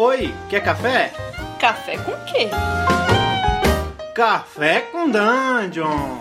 Oi, quer café? Café com quê? Café com Dungeon!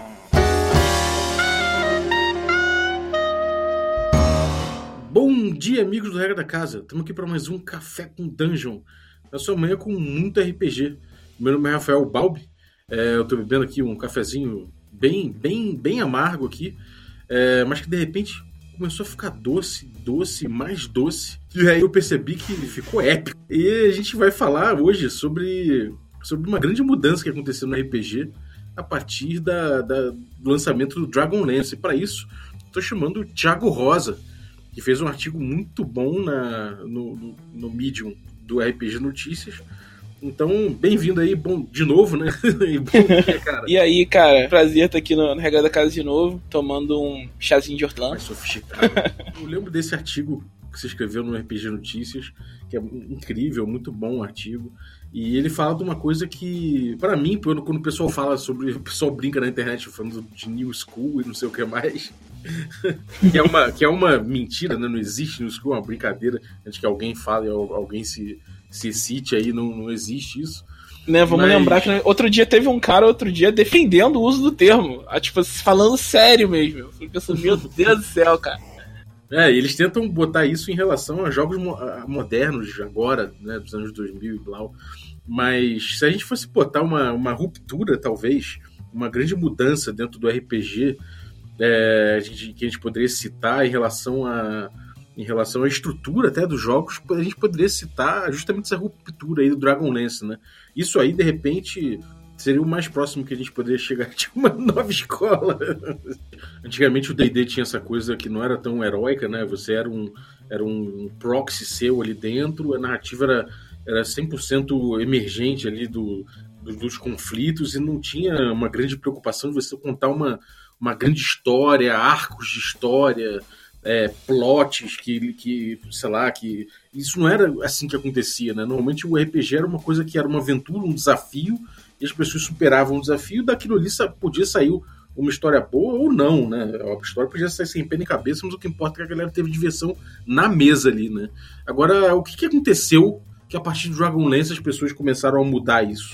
Bom dia, amigos do Regra da Casa. Estamos aqui para mais um Café com Dungeon. Na sua manhã com muito RPG. Meu nome é Rafael Balbi. Eu estou bebendo aqui um cafezinho bem amargo aqui, mas que de repente começou a ficar doce, mais doce. E aí eu percebi que ficou épico. E a gente vai falar hoje sobre uma grande mudança que aconteceu no RPG a partir do lançamento do Dragonlance. E para isso, estou chamando o Thiago Rosa, que fez um artigo muito bom no Medium do RPG Notícias. Então, bem-vindo aí, bom de novo, né? Bom dia, cara. E aí, cara, prazer estar aqui no Regra da Casa de novo, tomando um chazinho de hortelã. Mais sofisticado. Eu lembro desse artigo que você escreveu no RPG Notícias, que é incrível, muito bom o artigo. E ele fala de uma coisa que, para mim, quando o pessoal fala sobre... O pessoal brinca na internet falando de New School e não sei o que mais... que é uma mentira, né? Não existe New School, é uma brincadeira. Antes que alguém fale, alguém se excite aí, não existe isso. Né, vamos lembrar que outro dia teve um cara defendendo o uso do termo. Tipo, falando sério mesmo. Eu fiquei pensando, meu Deus do céu, cara. Eles tentam botar isso em relação a jogos modernos agora, né, dos anos 2000 e blá. Mas se a gente fosse botar uma ruptura, talvez, uma grande mudança dentro do RPG, que a gente poderia citar em relação à estrutura até dos jogos, a gente poderia citar justamente essa ruptura aí do Dragonlance, né? Isso aí, de repente, seria o mais próximo que a gente poderia chegar de uma nova escola. Antigamente o D&D tinha essa coisa que não era tão heróica, né? Você era um proxy seu ali dentro, a narrativa era 100% emergente ali dos conflitos e não tinha uma grande preocupação de você contar uma grande história, arcos de história, plots que, sei lá, que isso não era assim que acontecia, né? Normalmente o RPG era uma coisa que era uma aventura, um desafio, e as pessoas superavam o desafio, daquilo ali podia sair uma história boa ou não, né? A história podia sair sem pé nem cabeça, mas o que importa é que a galera teve diversão na mesa ali, né? Agora, o que aconteceu que a partir do Dragonlance as pessoas começaram a mudar isso?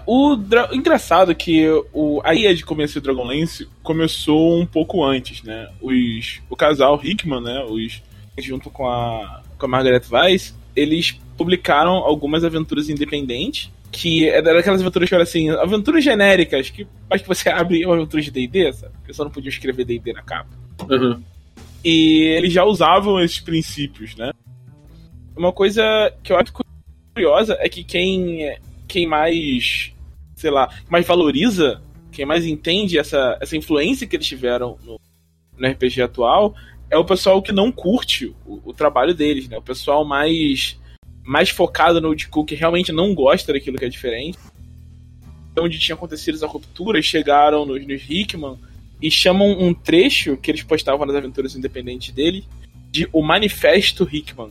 Engraçado que a ideia de começar o Dragonlance começou um pouco antes, né? O casal Hickman, né? Junto com a Margaret Weiss, eles publicaram algumas aventuras independentes, que eram aquelas aventuras que eram assim, aventuras genéricas, que acho que você abre uma aventura de D&D, sabe? Porque só não podia escrever D&D na capa. Uhum. E eles já usavam esses princípios, né? Uma coisa que eu acho curiosa é que quem mais, sei lá, mais valoriza, quem mais entende essa influência que eles tiveram no RPG atual é o pessoal que não curte o trabalho deles, né? O pessoal mais focado no old school, que realmente não gosta daquilo que é diferente. Onde tinha acontecido essa ruptura, chegaram nos Hickman e chamam um trecho que eles postavam nas aventuras independentes dele de O Manifesto Hickman.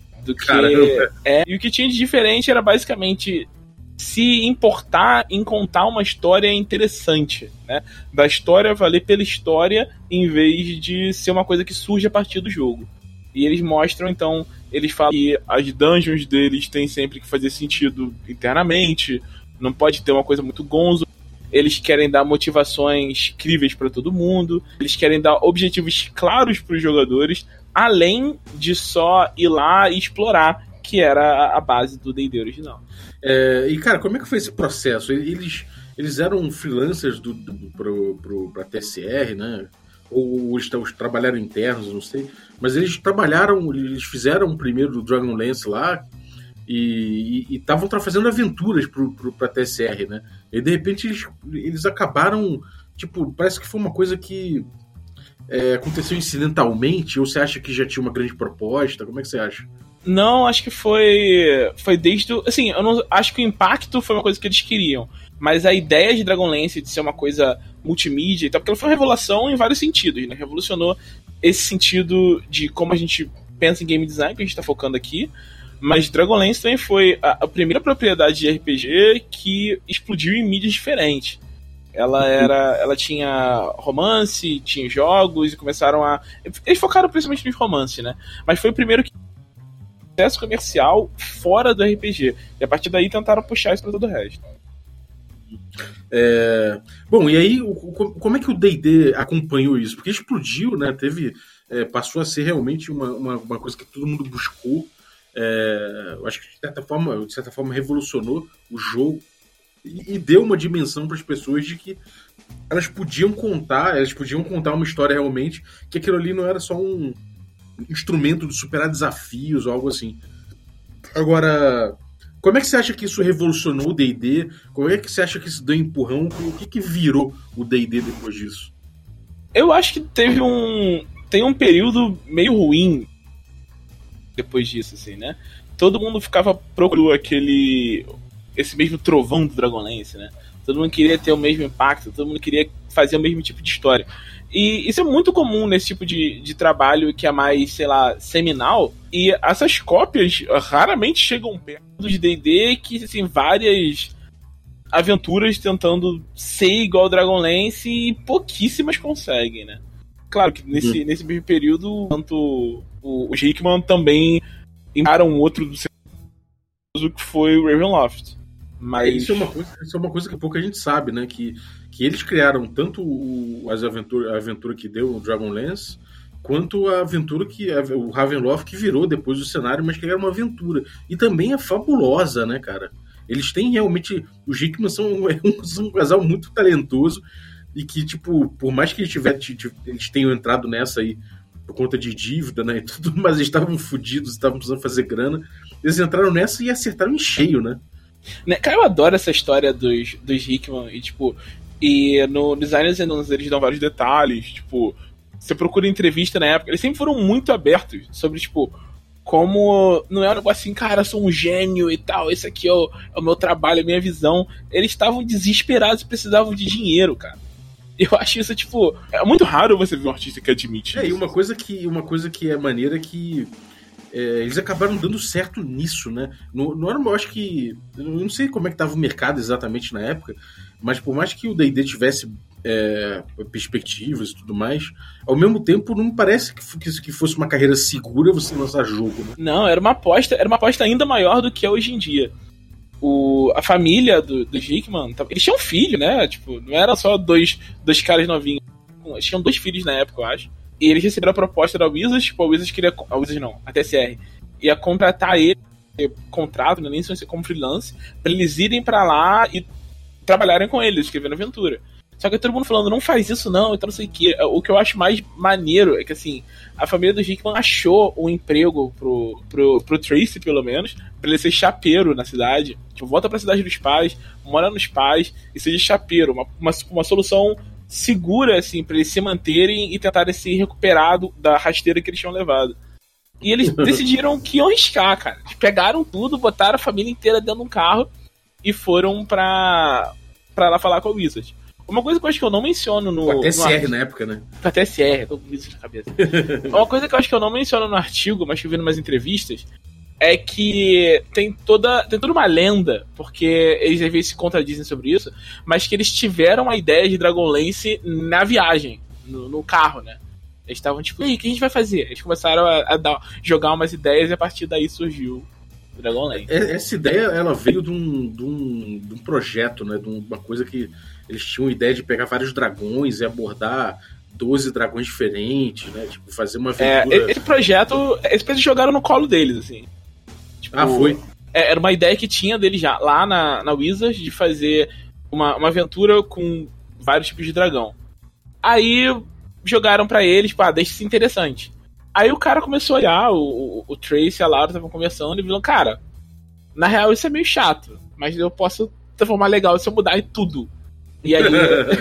E o que tinha de diferente era basicamente se importar em contar uma história interessante, né? Da história valer pela história em vez de ser uma coisa que surge a partir do jogo. E eles mostram, então, eles falam que as dungeons deles têm sempre que fazer sentido internamente, não pode ter uma coisa muito gonzo. Eles querem dar motivações críveis para todo mundo, eles querem dar objetivos claros para os jogadores, além de só ir lá e explorar, que era a base do D&D original. E, cara, como é que foi esse processo? Eles eram freelancers pra TSR, né? Ou eles trabalharam internos, não sei. Mas eles fizeram primeiro o Dragonlance lá e estavam fazendo aventuras pra TSR, né? E de repente eles acabaram, tipo, parece que foi uma coisa que aconteceu incidentalmente, ou você acha que já tinha uma grande proposta? Como é que você acha? Não, acho que foi desde assim, eu não acho que o impacto foi uma coisa que eles queriam, mas a ideia de Dragonlance de ser uma coisa multimídia e tal, porque ela foi uma revelação em vários sentidos, né? Revolucionou esse sentido de como a gente pensa em game design, que a gente tá focando aqui, mas Dragonlance também foi a primeira propriedade de RPG que explodiu em mídias diferentes. Ela tinha romance, tinha jogos, e começaram a... Eles focaram principalmente no romance, né? Mas foi o primeiro que sucesso comercial fora do RPG. E a partir daí tentaram puxar isso pra todo o resto. Bom, e aí, como é que o D&D acompanhou isso? Porque explodiu, né? Passou a ser realmente uma coisa que todo mundo buscou. Eu acho que de certa forma revolucionou o jogo e deu uma dimensão para as pessoas de que elas podiam contar uma história realmente, que aquilo ali não era só um instrumento de superar desafios ou algo assim. Agora, como é que você acha que isso revolucionou o D&D? Como é que você acha que isso deu empurrão? O que virou o D&D depois disso? Eu acho que tem um período meio ruim depois disso, assim, né? Todo mundo ficava procurando esse mesmo trovão do Dragonlance, né? Todo mundo queria ter o mesmo impacto, todo mundo queria fazer o mesmo tipo de história. E isso é muito comum nesse tipo de trabalho que é mais, sei lá, seminal. E essas cópias raramente chegam perto de D&D, que, assim, várias aventuras tentando ser igual ao Dragonlance e pouquíssimas conseguem, né? Claro que nesse mesmo período, tanto os Hickman também encaram outro do seu que foi o Ravenloft. Mas isso é uma coisa que pouca gente sabe, né? Que eles criaram tanto a aventura que deu o Dragonlance, quanto a aventura o Ravenloft, que virou depois do cenário, mas que era uma aventura. E também é fabulosa, né, cara? Eles têm realmente... Os Hickman são um casal muito talentoso e que, tipo, por mais que eles tenham entrado nessa aí por conta de dívida, né, e tudo, mas eles estavam fodidos, estavam precisando fazer grana, eles entraram nessa e acertaram em cheio, né? Cara, eu adoro essa história dos Hickman e, tipo, no Designers and Donuts eles dão vários detalhes, tipo, você procura entrevista na época, eles sempre foram muito abertos sobre, tipo, como não é um negócio assim, cara, eu sou um gênio e tal, esse aqui é o meu trabalho, a minha visão. Eles estavam desesperados e precisavam de dinheiro, cara. Eu acho isso, tipo, é muito raro você ver um artista que admite isso. E uma coisa que é maneira é que eles acabaram dando certo nisso, né? Eu acho que... Eu não sei como é que estava o mercado exatamente na época, mas por mais que o D&D tivesse perspectivas e tudo mais, ao mesmo tempo não me parece que fosse uma carreira segura você lançar jogo, né? Não, era uma aposta ainda maior do que é hoje em dia. A família do Hickman, eles tinham filho, né? Tipo, não era só dois caras novinhos. Eles tinham 2 filhos na época, eu acho. E eles receberam a proposta da Wizards, tipo, a Wizards queria... A Wizards não, a TSR. Ia contratar ele, contrato, nem se como freelance, pra eles irem pra lá e trabalharem com eles, escrevendo aventura. Só que todo mundo falando, não faz isso não, então não sei o que. O que eu acho mais maneiro é que, assim, a família do Hickman achou um emprego pro Tracy, pelo menos, pra ele ser chapeiro na cidade. Tipo, volta pra cidade dos pais, mora nos pais e seja chapeiro. Uma solução segura, assim, pra eles se manterem e tentarem se recuperar da rasteira que eles tinham levado. E eles decidiram que iam arriscar, cara. Eles pegaram tudo, botaram a família inteira dentro de um carro e foram pra lá falar com a Wizard. Uma coisa que eu acho que eu não menciono no... Com a TSR na época, né? Com a TSR, tô com isso na cabeça. Uma coisa que eu acho que eu não menciono no artigo, mas que eu vi em umas entrevistas, é que tem toda uma lenda, porque eles às vezes se contradizem sobre isso, mas que eles tiveram a ideia de Dragonlance na viagem, no carro, né? Eles estavam tipo, e aí, o que a gente vai fazer? Eles começaram a jogar umas ideias e a partir daí surgiu o Dragonlance. Essa ideia, ela veio de um projeto, né? De uma coisa que eles tinham a ideia de pegar vários dragões e abordar 12 dragões diferentes, né? Tipo, fazer uma aventura... Esse projeto, eles jogaram no colo deles, assim. Tipo, foi? Era uma ideia que tinha deles já, lá na Wizards, de fazer uma aventura com vários tipos de dragão. Aí jogaram pra eles, tipo, deixa isso interessante. Aí o cara começou a olhar, o Trace e a Laura estavam conversando e viram, cara, na real isso é meio chato, mas eu posso transformar legal se eu mudar tudo. E aí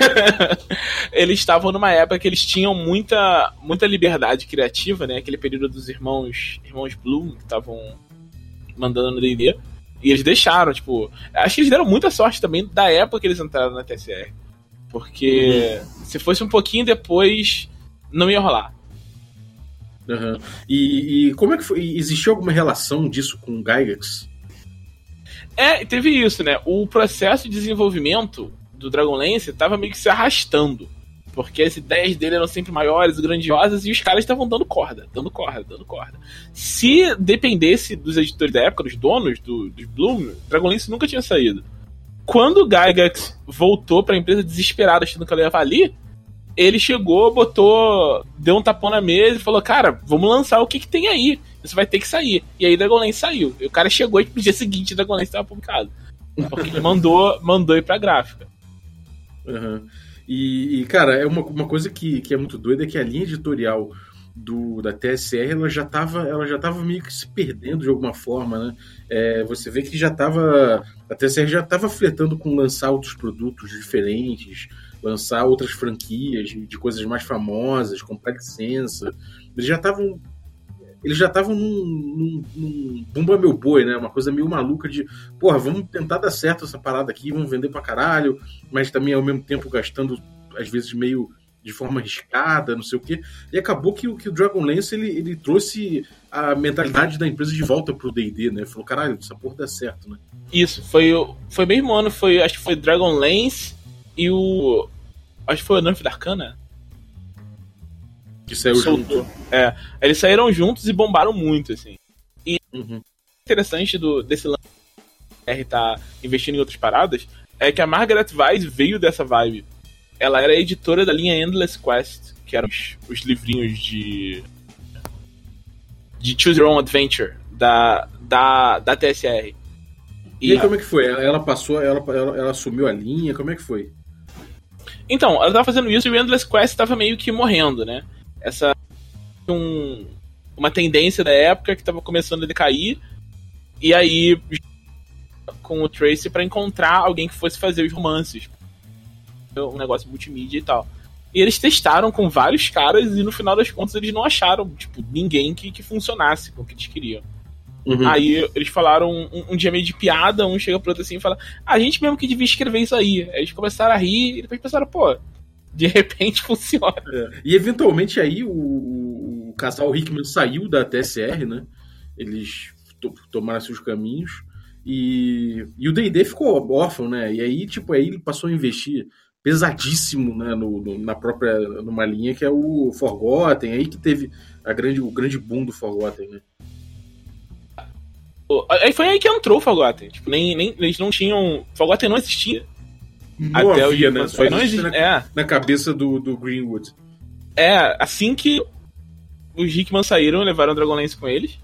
eles estavam numa época que eles tinham muita liberdade criativa, né? Aquele período dos irmãos Bloom, que estavam mandando no D&D. E eles deixaram, tipo... Acho que eles deram muita sorte também da época que eles entraram na TSR. Porque se fosse um pouquinho depois, não ia rolar. Uhum. E como é que foi? Existiu alguma relação disso com o Gygax? Teve isso, né? O processo de desenvolvimento do Dragonlance tava meio que se arrastando. Porque as ideias dele eram sempre maiores, grandiosas, e os caras estavam dando corda. Se dependesse dos editores da época, dos donos dos Bloom, Dragonlance nunca tinha saído. Quando o Gygax voltou pra empresa desesperado, achando que ela ia falir, ele chegou, deu um tapão na mesa e falou, cara, vamos lançar o que tem aí. Isso vai ter que sair. E aí Dragonlance saiu. E o cara chegou e no dia seguinte Dragonlance estava publicado. Porque ele mandou ir pra gráfica. Uhum. E, cara, é uma coisa que é muito doida, é que a linha editorial da TSR, ela já tava meio que se perdendo de alguma forma, né? Você vê que a TSR já estava flertando com lançar outros produtos diferentes, lançar outras franquias de coisas mais famosas, comprar licença. Eles já estavam num Bumba Meu Boi, né? Uma coisa meio maluca de, porra, vamos tentar dar certo essa parada aqui, vamos vender pra caralho, mas também ao mesmo tempo gastando, às vezes, meio de forma arriscada, não sei o quê. E acabou que o Dragonlance, ele trouxe a mentalidade da empresa de volta pro D&D, né? Falou, caralho, essa porra dá certo, né? Isso, foi mesmo ano, acho que foi Dragonlance e acho que foi o Nerf da Arcana. Que saiu junto. Eles saíram juntos e bombaram muito, assim. E interessante desse lance R tá investindo em outras paradas é que a Margaret Weis veio dessa vibe. Ela era editora da linha Endless Quest, que eram os livrinhos de Choose Your Own Adventure da TSR. E aí, como é que foi? Ela assumiu a linha? Como é que foi? Então, ela tava fazendo isso e o Endless Quest tava meio que morrendo, né? Essa uma tendência da época que tava começando a decair, e aí com o Tracy pra encontrar alguém que fosse fazer os romances, um negócio multimídia e tal. E eles testaram com vários caras e no final das contas eles não acharam, tipo, ninguém que funcionasse com o que eles queriam. Aí eles falaram um dia meio de piada, um chega pro outro assim e fala, a gente mesmo que devia escrever isso aí. Aí eles começaram a rir e depois pensaram, pô, de repente funciona. E eventualmente aí o casal Hickman saiu da TSR, né? Eles tomaram seus caminhos e o D&D ficou órfão, né? E aí, tipo, aí ele passou a investir pesadíssimo, né, numa linha que é o Forgotten, aí que teve o grande boom do Forgotten, né? Aí foi aí que entrou o Forgotten. Tipo, eles não tinham. Forgotten não existia. Não até havia, né? Só não existia na cabeça do Greenwood. Assim que os Hickman saíram, levaram o Dragonlance com eles.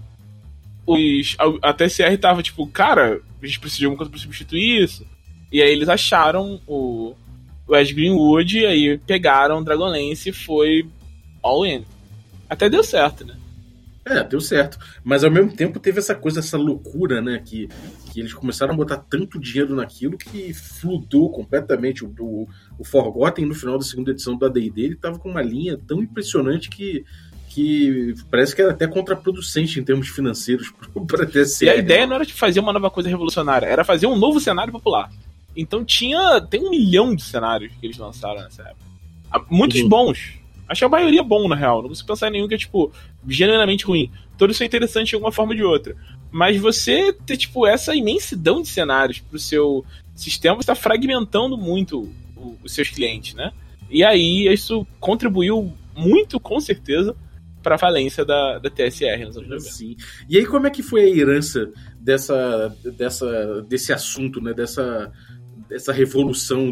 A TSR tava tipo, cara, a gente precisa de alguma coisa pra substituir isso. E aí eles acharam o Ed Greenwood, e aí pegaram o Dragonlance e foi all in. Até deu certo, né? Deu certo. Mas ao mesmo tempo teve essa loucura, né? Que eles começaram a botar tanto dinheiro naquilo que fludou completamente. O Forgotten, no final da segunda edição da D&D, ele tava com uma linha tão impressionante que parece que era até contraproducente em termos financeiros para TSR. E a ideia não era de fazer uma nova coisa revolucionária, era fazer um novo cenário popular. Então tem 1 milhão de cenários que eles lançaram nessa época. Muitos bons. Acho que a maioria é bom, na real. Não consigo pensar em nenhum que é, tipo, genuinamente ruim. Todos são interessantes de alguma forma ou de outra. Mas você ter, tipo, essa imensidão de cenários pro seu sistema, você tá fragmentando muito os seus clientes, né? E aí, isso contribuiu muito, com certeza, pra falência da TSR nos anos 90. Sim. E aí, como é que foi a herança desse assunto, né? Dessa revolução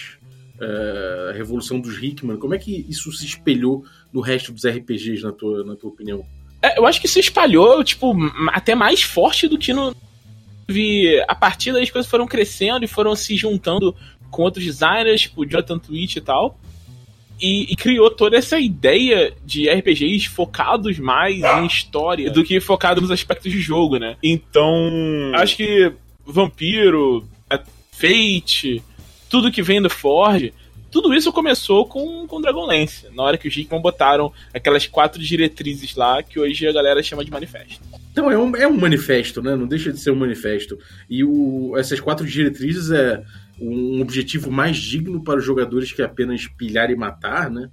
a revolução dos Hickman? Como é que isso se espelhou no resto dos RPGs, na tua opinião? Eu acho que se espalhou, tipo, até mais forte do que no... A partir daí as coisas foram crescendo e foram se juntando com outros designers, tipo Jonathan Twitch e tal, e criou toda essa ideia de RPGs focados mais em história do que focados nos aspectos de jogo, né? Então, acho que Vampiro, Fate, tudo que vem do Forge, tudo isso começou com Dragonlance, na hora que os Hickman botaram aquelas 4 diretrizes lá, que hoje a galera chama de manifesto. Então, é um manifesto, né? Não deixa de ser um manifesto. E essas 4 diretrizes é um objetivo mais digno para os jogadores que apenas pilhar e matar, né?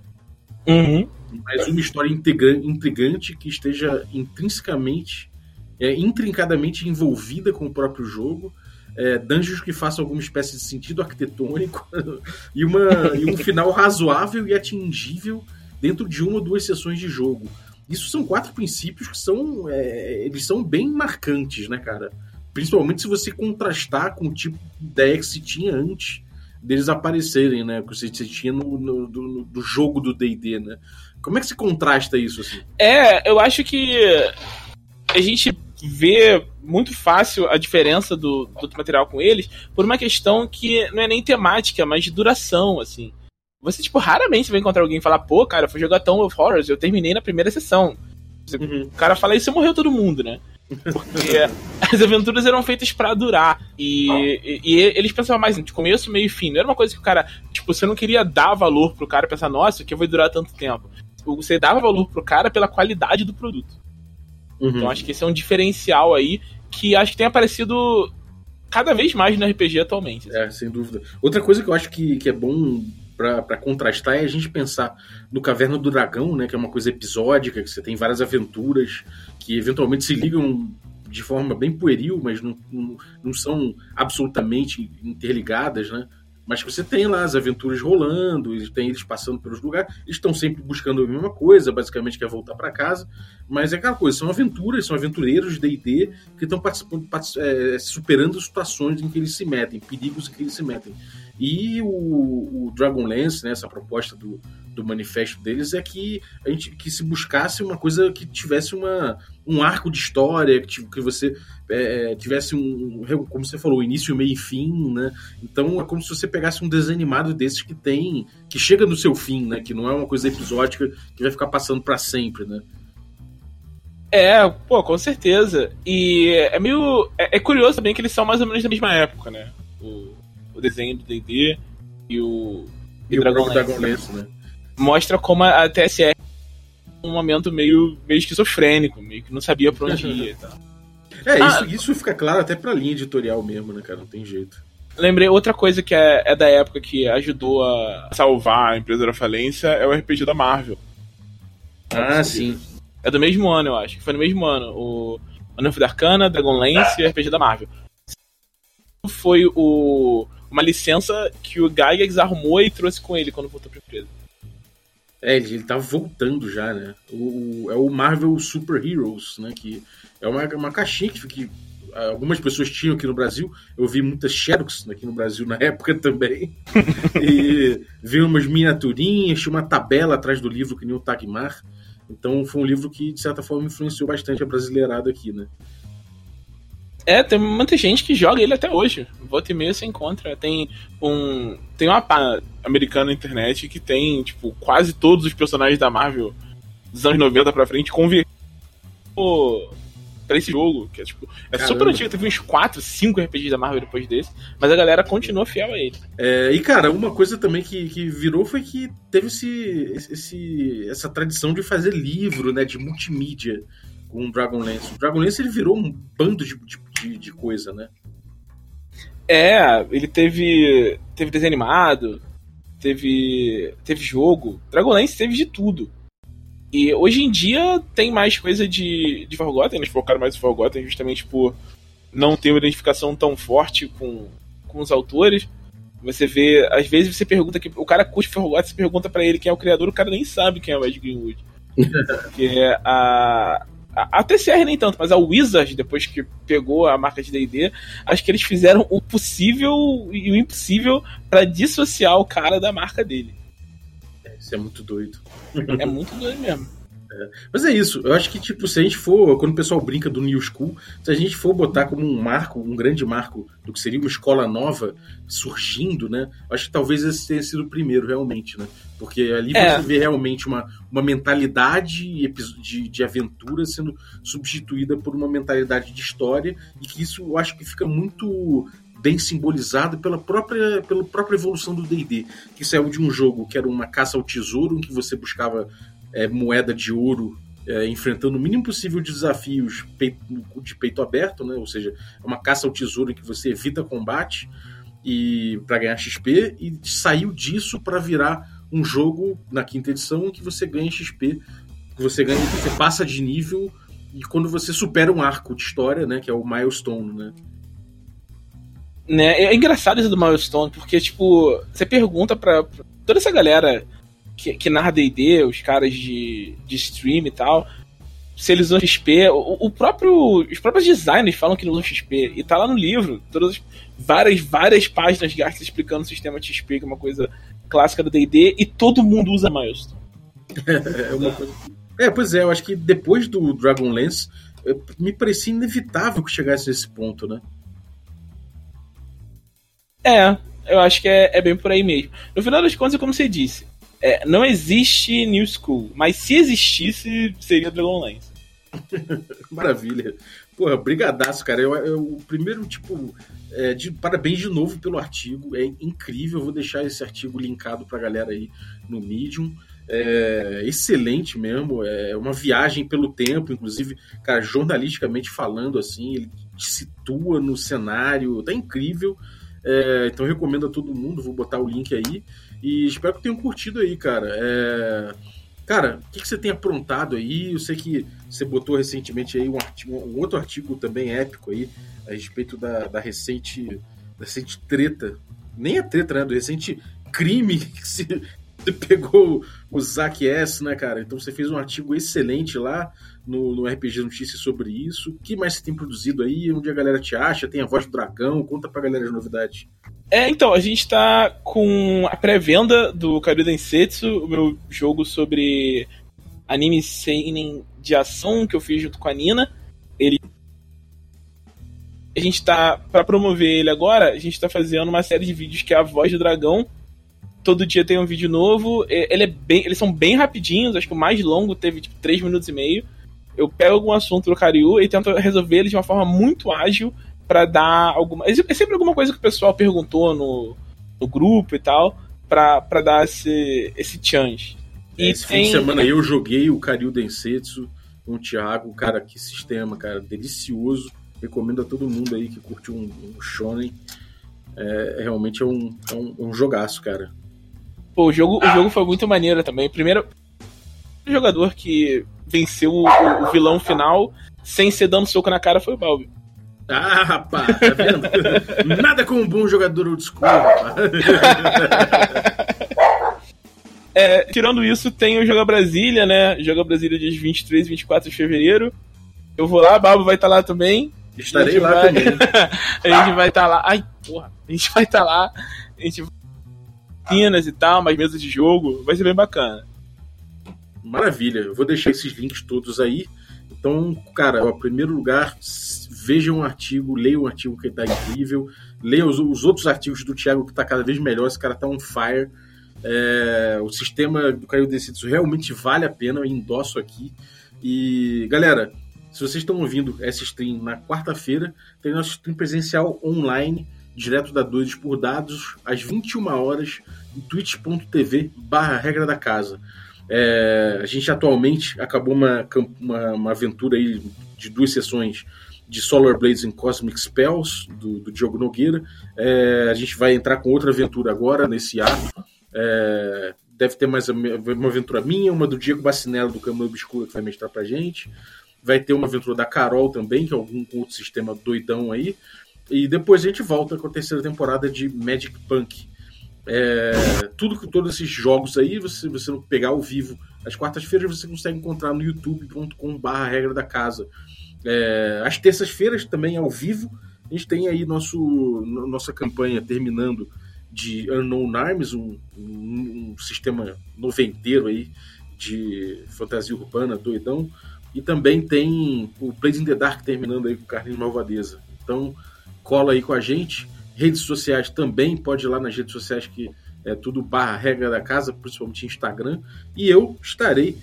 Mas uma história intrigante que esteja intrincadamente envolvida com o próprio jogo, dungeons que façam alguma espécie de sentido arquitetônico e um final razoável e atingível dentro de 1 ou 2 sessões de jogo. Isso são 4 princípios que eles são bem marcantes, né, cara? Principalmente se você contrastar com o tipo de ideia que se tinha antes deles aparecerem, né? Que você tinha no jogo do D&D, né? Como é que se contrasta isso, assim? Eu acho que a gente vê muito fácil a diferença do material com eles por uma questão que não é nem temática, mas de duração, assim. Você, tipo, raramente vai encontrar alguém e falar, pô, cara, eu fui jogar Town of Horrors, eu terminei na primeira sessão. O cara fala isso e morreu todo mundo, né? Porque as aventuras eram feitas pra durar. E eles pensavam mais de começo, meio e fim. Não era uma coisa que o cara, tipo, você não queria dar valor pro cara, pensar, nossa, que vai durar tanto tempo. Você dava valor pro cara pela qualidade do produto. Então acho que esse é um diferencial aí que acho que tem aparecido cada vez mais no RPG atualmente. Assim. Sem dúvida. Outra coisa que eu acho que é bom pra contrastar é a gente pensar no Caverna do Dragão, né, que é uma coisa episódica, que você tem várias aventuras que eventualmente se ligam de forma bem pueril, mas não são absolutamente interligadas, né? Mas que você tem lá as aventuras rolando, tem eles passando pelos lugares, eles estão sempre buscando a mesma coisa, basicamente, que é voltar para casa, mas é aquela coisa, são aventuras, são aventureiros de D&D que estão superando situações em que eles se metem, perigos em que eles se metem. E o Dragonlance, né, essa proposta do manifesto deles é que se buscasse uma coisa que tivesse um arco de história, que você tivesse como você falou, início, meio e fim, né? Então é como se você pegasse um desenho animado desses que chega no seu fim, né? Que não é uma coisa episódica que vai ficar passando para sempre, né? Com certeza. E é meio... É curioso também que eles são mais ou menos da mesma época, né? O desenho do D&D e o Dragonlance, né? Mostra como a TSR é um momento meio esquizofrênico, meio que não sabia pra onde ia e tal. Isso fica claro até pra linha editorial mesmo, né, cara? Não tem jeito. Lembrei, outra coisa que é da época que ajudou a salvar a empresa da falência é o RPG da Marvel. Sim. É do mesmo ano, eu acho. Foi no mesmo ano. O Ano da Arcana, Dragonlance e o RPG da Marvel. Foi uma licença que o Gygax arrumou e trouxe com ele quando voltou pra empresa. Ele tava voltando já, né? É o Marvel Super Heroes, né? Que é uma caixinha que algumas pessoas tinham aqui no Brasil. Eu vi muitas Xerox aqui no Brasil na época também. E vi umas miniaturinhas, tinha uma tabela atrás do livro que nem o Tagmar. Então foi um livro que, de certa forma, influenciou bastante a brasileirada aqui, né? Tem muita gente que joga ele até hoje. Volta e meia você encontra. Tem uma página americana na internet que tem, tipo, quase todos os personagens da Marvel dos anos 90 pra frente convertidos pra esse jogo. Que é super antigo. Teve uns 4, 5 RPGs da Marvel depois desse. Mas a galera continua fiel a ele. E, cara, uma coisa também que virou foi que teve essa tradição de fazer livro, né? De multimídia com o Dragonlance. O Dragonlance, ele virou um bando de coisa, né? Ele teve desenho animado, teve jogo. Dragonlance teve de tudo. E hoje em dia tem mais coisa de Forgotten, eles focaram mais em Forgotten justamente por não ter uma identificação tão forte com os autores. Você vê, às vezes você pergunta, que o cara curte Forgotten, você pergunta pra ele quem é o criador, o cara nem sabe quem é o Ed Greenwood. Porque a TCR nem tanto, mas a Wizard, depois que pegou a marca de D&D, acho que eles fizeram o possível e o impossível pra dissociar o cara da marca dele. Isso é muito doido. É muito doido mesmo. Mas é isso, eu acho que, tipo, se a gente for, quando o pessoal brinca do New School, se a gente for botar como um grande marco do que seria uma escola nova surgindo, né, acho que talvez esse tenha sido o primeiro, realmente, né, porque ali você vê realmente uma mentalidade de aventura sendo substituída por uma mentalidade de história, e que isso eu acho que fica muito bem simbolizado pela própria evolução do D&D, que saiu de um jogo que era uma caça ao tesouro, em que você buscava moeda de ouro, enfrentando o mínimo possível de desafios de peito aberto, né? Ou seja, é uma caça ao tesouro em que você evita combate para ganhar XP, e saiu disso para virar um jogo na quinta edição em que você ganha XP, você passa de nível, e quando você supera um arco de história, né, que é o milestone, né? Né? É engraçado isso do Milestone, porque, tipo, você pergunta pra toda essa galera que narra D&D, os caras de stream e tal, se eles usam XP. Os próprios designers falam que não usam XP, e tá lá no livro, todas várias páginas gastas explicando o sistema de XP, que é uma coisa clássica do D&D, e todo mundo usa Milestone. Pois é, eu acho que depois do Dragonlance me parecia inevitável que chegasse nesse ponto, né? Eu acho que é bem por aí mesmo. No final das contas, como você disse, não existe New School, mas se existisse, seria Dragonlance. Maravilha. Porra, brigadaço, cara. Eu primeiro, parabéns de novo pelo artigo. É incrível, eu vou deixar esse artigo linkado pra galera aí no Medium. É excelente mesmo, é uma viagem pelo tempo, inclusive, cara, jornalisticamente falando, assim, ele te situa no cenário, tá incrível. Então eu recomendo a todo mundo, vou botar o link aí e espero que tenham curtido aí, cara. Cara, o que você tem aprontado aí? Eu sei que você botou recentemente aí um outro artigo também épico aí a respeito da recente treta, nem a treta, né, do recente crime que você pegou o Zack S, né, cara? Então você fez um artigo excelente lá no RPG Notícias sobre isso. O que mais você tem produzido aí? Onde a galera te acha? Tem a Voz do Dragão? Conta pra galera as novidades. Então, a gente tá com a pré-venda do Karyu Densetsu, o meu jogo sobre anime seinen de ação que eu fiz junto com a Nina. A gente tá, pra promover ele agora, a gente tá fazendo uma série de vídeos que é a Voz do Dragão. Todo dia tem um vídeo novo. Eles são bem rapidinhos, acho que o mais longo teve 3 minutos e meio. Eu pego algum assunto do Karyu e tento resolver ele de uma forma muito ágil pra dar alguma... É sempre alguma coisa que o pessoal perguntou no grupo e tal, pra dar esse chance. Esse fim de semana eu joguei o Karyu Densetsu com o Thiago. Cara, que sistema, cara, delicioso. Recomendo a todo mundo aí que curtiu um shonen. Realmente é um jogaço, cara. Pô, o jogo foi muito maneiro também. Primeiro jogador que venceu o vilão final sem ser dando soco na cara foi o Balbi. Ah, rapaz, tá vendo? Nada como um bom jogador old school, rapaz. Tirando isso, tem o Joga Brasília, né? Joga Brasília dias 23 e 24 de fevereiro. Eu vou lá, Balbo vai estar lá também. Estarei lá também. A gente vai estar lá. Ai, porra. A gente vai estar lá. A gente vai e tal, mais mesas de jogo. Vai ser bem bacana. Maravilha. Eu vou deixar esses links todos aí. Então, cara, em primeiro lugar, vejam o artigo, leiam o artigo que tá incrível. Leiam os outros artigos do Thiago, que tá cada vez melhor. Esse cara tá on fire. O sistema do Karyu Densetsu realmente vale a pena. Eu endosso aqui. E, galera, se vocês estão ouvindo essa stream na quarta-feira, tem nosso stream presencial online, direto da Doidos por Dados, às 21 horas, em twitch.tv/regra da casa. A gente atualmente acabou uma aventura aí de 2 sessões de Solar Blades and Cosmic Spells, do Diogo Nogueira. A gente vai entrar com outra aventura agora, nesse ar. Deve ter mais uma aventura minha, uma do Diego Bacinello, do Câmara Obscura, que vai mestrar pra gente. Vai ter uma aventura da Carol também, que é algum outro sistema doidão aí. E depois a gente volta com a 3ª temporada de Magic Punk. Todos esses jogos aí, você não pegar ao vivo às quartas-feiras, você consegue encontrar no youtube.com/regra da casa. Às terças-feiras também ao vivo. A gente tem aí nossa campanha terminando de Unknown Arms, um sistema noventeiro aí de fantasia urbana doidão. E também tem o Blades in the Dark terminando aí com o Carlinhos Malvadeza. Então, cola aí com a gente. Redes sociais também, pode ir lá nas redes sociais que é tudo /regra da casa, principalmente Instagram. E eu estarei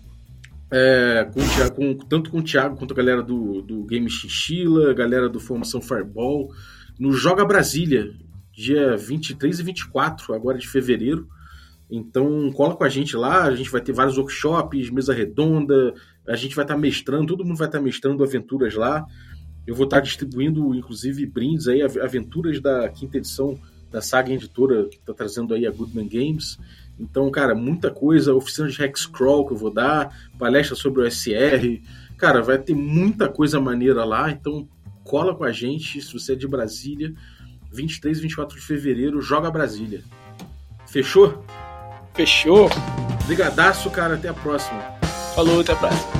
tanto com o Thiago quanto a galera do Game Chinchilla, a galera do Formação Fireball, no Joga Brasília, dia 23 e 24, agora de fevereiro. Então cola com a gente lá, a gente vai ter vários workshops, mesa redonda, a gente vai estar mestrando, todo mundo vai estar mestrando aventuras lá. Eu vou estar distribuindo, inclusive, brindes aí, aventuras da 5ª edição da Saga Editora, que está trazendo aí a Goodman Games. Então, cara, muita coisa, oficina de Hexcrawl que eu vou dar, palestra sobre o SR. Cara, vai ter muita coisa maneira lá, então cola com a gente, se você é de Brasília. 23 e 24 de fevereiro, joga Brasília. Fechou? Fechou. Brigadaço, cara. Até a próxima. Falou, até a próxima.